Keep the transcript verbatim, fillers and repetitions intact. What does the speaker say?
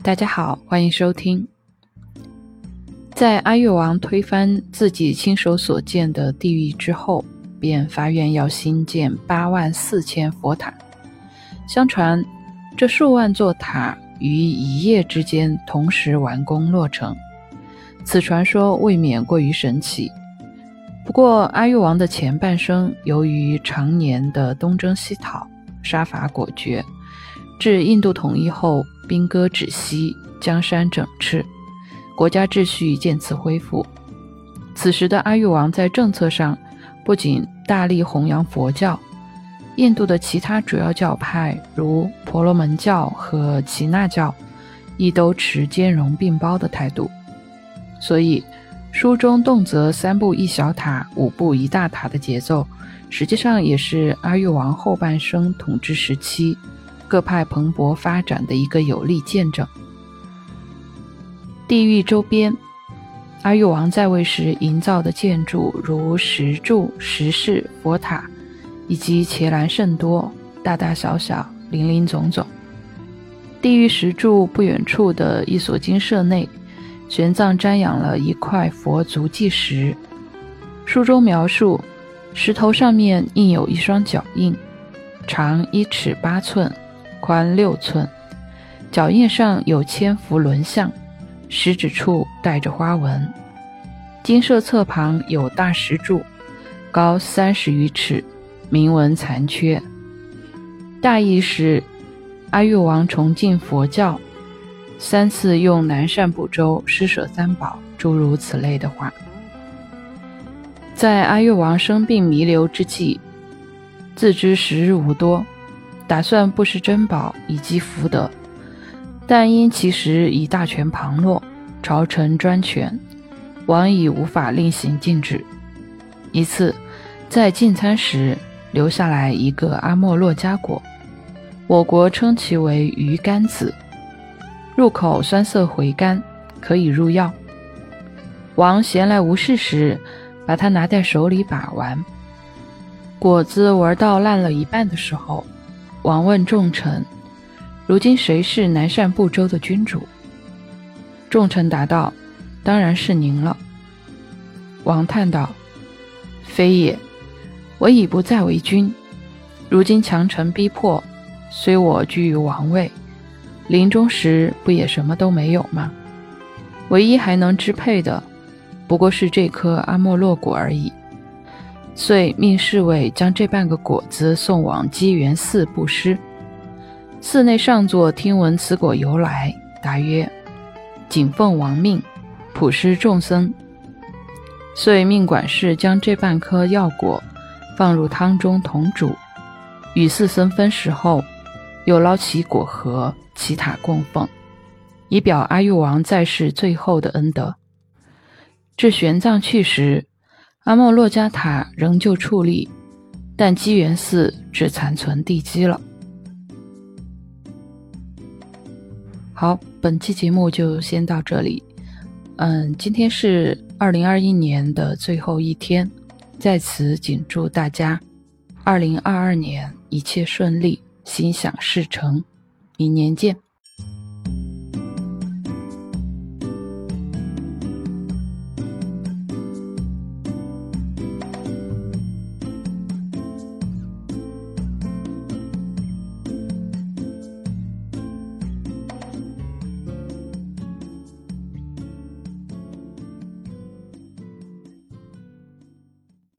大家好，欢迎收听。在阿育王推翻自己亲手所建的地狱之后，便发愿要兴建八万四千佛塔。相传这数万座塔于一夜之间同时完工落成，此传说未免过于神奇。不过阿育王的前半生由于常年的东征西讨，杀伐果决，至印度统一后兵戈止息，江山整治，国家秩序渐次恢复。此时的阿育王在政策上不仅大力弘扬佛教，印度的其他主要教派如婆罗门教和耆那教亦都持兼容并包的态度。所以书中动辄三步一小塔，五步一大塔的节奏，实际上也是阿育王后半生统治时期各派蓬勃发展的一个有力见证。地狱周边，阿育王在位时营造的建筑如石柱、石室、佛塔，以及伽蓝甚多，大大小小，林林总总。地狱石柱不远处的一所精舍内，玄奘瞻仰了一块佛足迹石。书中描述，石头上面印有一双脚印，长一尺八寸，宽六寸，脚印上有千佛轮像，食指处带着花纹。精舍侧旁有大石柱，高三十余尺，铭文残缺。大意是阿育王崇敬佛教，三次用南赡部洲施舍三宝，诸如此类的话。在阿育王生病弥留之际，自知时日无多，打算布施珍宝以积福德，但因其时已大权旁落，朝臣专权，王已无法另行禁止。一次在进餐时留下来一个阿莫洛迦果，我国称其为鱼干子，入口酸涩回甘，可以入药。王闲来无事时，把它拿在手里把玩。果子玩到烂了一半的时候，王问众臣，如今谁是南赡部洲的君主？众臣答道，当然是您了。王叹道，非也，我已不再为君，如今强臣逼迫，虽我居于王位，临终时不也什么都没有吗？唯一还能支配的，不过是这颗阿莫洛果而已。遂命侍卫将这半个果子送往积源寺布施。寺内上座听闻此果由来，答曰，谨奉王命，普施众僧。遂命管事将这半颗药果放入汤中同煮，与四僧分食后，又捞起果核起塔供奉，以表阿育王在世最后的恩德。至玄奘去时，阿莫洛迦塔仍旧矗立，但积源寺只残存地基了。好，本期节目就先到这里。嗯，今天是二零二一年的最后一天，在此谨祝大家二零二二年一切顺利，心想事成，明年见。